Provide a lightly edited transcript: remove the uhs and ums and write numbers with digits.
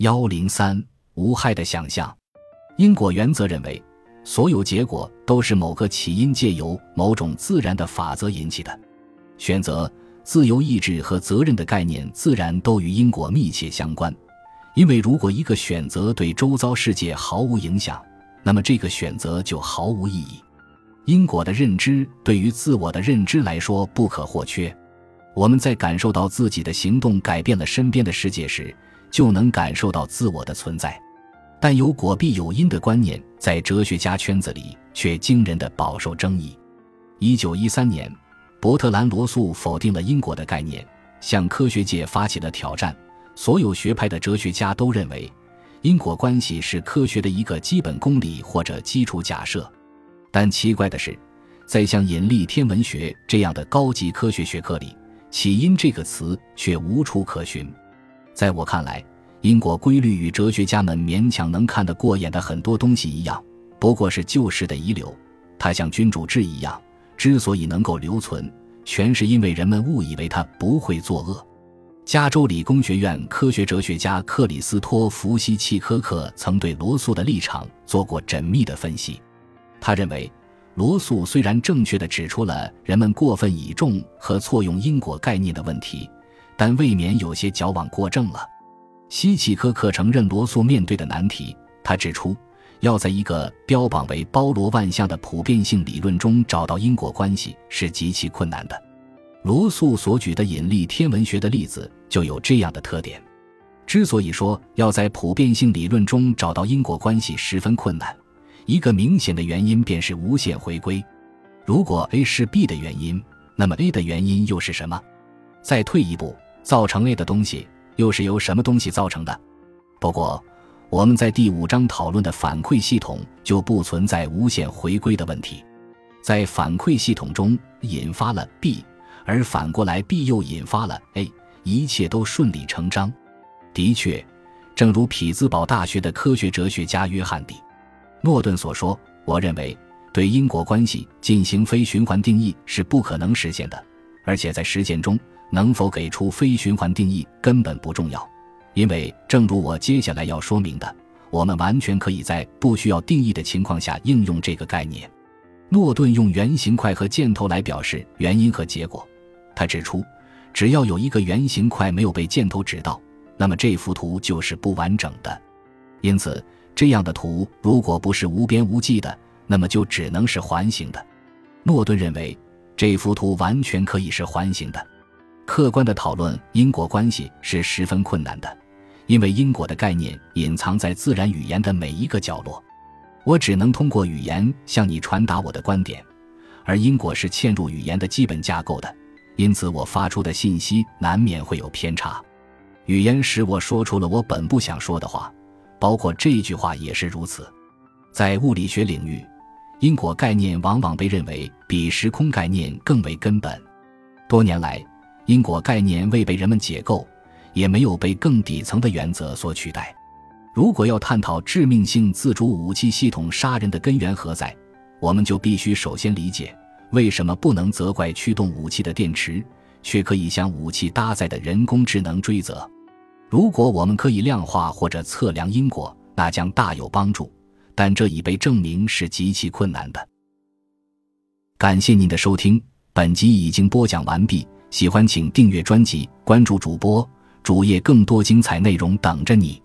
103无害的想象。因果原则认为，所有结果都是某个起因借由某种自然的法则引起的。选择、自由意志和责任的概念自然都与因果密切相关，因为如果一个选择对周遭世界毫无影响，那么这个选择就毫无意义。因果的认知对于自我的认知来说不可或缺。我们在感受到自己的行动改变了身边的世界时，就能感受到自我的存在。但有果必有因的观念在哲学家圈子里却惊人地饱受争议。1913年，伯特兰·罗素否定了因果的概念，向科学界发起了挑战。所有学派的哲学家都认为，因果关系是科学的一个基本公理或者基础假设。但奇怪的是，在像引力天文学这样的高级科学学科里，起因这个词却无处可寻。在我看来，因果规律与哲学家们勉强能看得过眼的很多东西一样，不过是旧时的遗留。它像君主制一样，之所以能够留存，全是因为人们误以为它不会作恶。加州理工学院科学哲学家克里斯托弗希契科克曾对罗素的立场做过缜密的分析。他认为，罗素虽然正确地指出了人们过分倚重和错用因果概念的问题，但未免有些矫枉过正了。希契科克承认罗素面对的难题，他指出，要在一个标榜为包罗万象的普遍性理论中找到因果关系是极其困难的。罗素所举的引力天文学的例子就有这样的特点。之所以说要在普遍性理论中找到因果关系十分困难，一个明显的原因便是无限回归。如果 A 是 B 的原因，那么 A 的原因又是什么？再退一步，造成 A 的东西又是由什么东西造成的？不过，我们在第5章讨论的反馈系统就不存在无限回归的问题。在反馈系统中引发了 B， 而反过来 B 又引发了 A， 一切都顺理成章。的确，正如匹兹堡大学的科学哲学家约翰 ·D. 诺顿所说，我认为对因果关系进行非循环定义是不可能实现的，而且在实践中能否给出非循环定义根本不重要，因为正如我接下来要说明的，我们完全可以在不需要定义的情况下应用这个概念。诺顿用圆形块和箭头来表示原因和结果。他指出，只要有一个圆形块没有被箭头指到，那么这幅图就是不完整的。因此，这样的图如果不是无边无际的，那么就只能是环形的。诺顿认为，这幅图完全可以是环形的。客观地讨论因果关系是十分困难的，因为因果的概念隐藏在自然语言的每一个角落。我只能通过语言向你传达我的观点，而因果是嵌入语言的基本架构的，因此我发出的信息难免会有偏差。语言使我说出了我本不想说的话，包括这句话也是如此。在物理学领域，因果概念往往被认为比时空概念更为根本。多年来，因果概念未被人们解构，也没有被更底层的原则所取代。如果要探讨致命性自主武器系统杀人的根源何在，我们就必须首先理解，为什么不能责怪驱动武器的电池，却可以向武器搭载的人工智能追责。如果我们可以量化或者测量因果，那将大有帮助，但这已被证明是极其困难的。感谢您的收听，本集已经播讲完毕，喜欢请订阅专辑，关注主播，主页更多精彩内容等着你。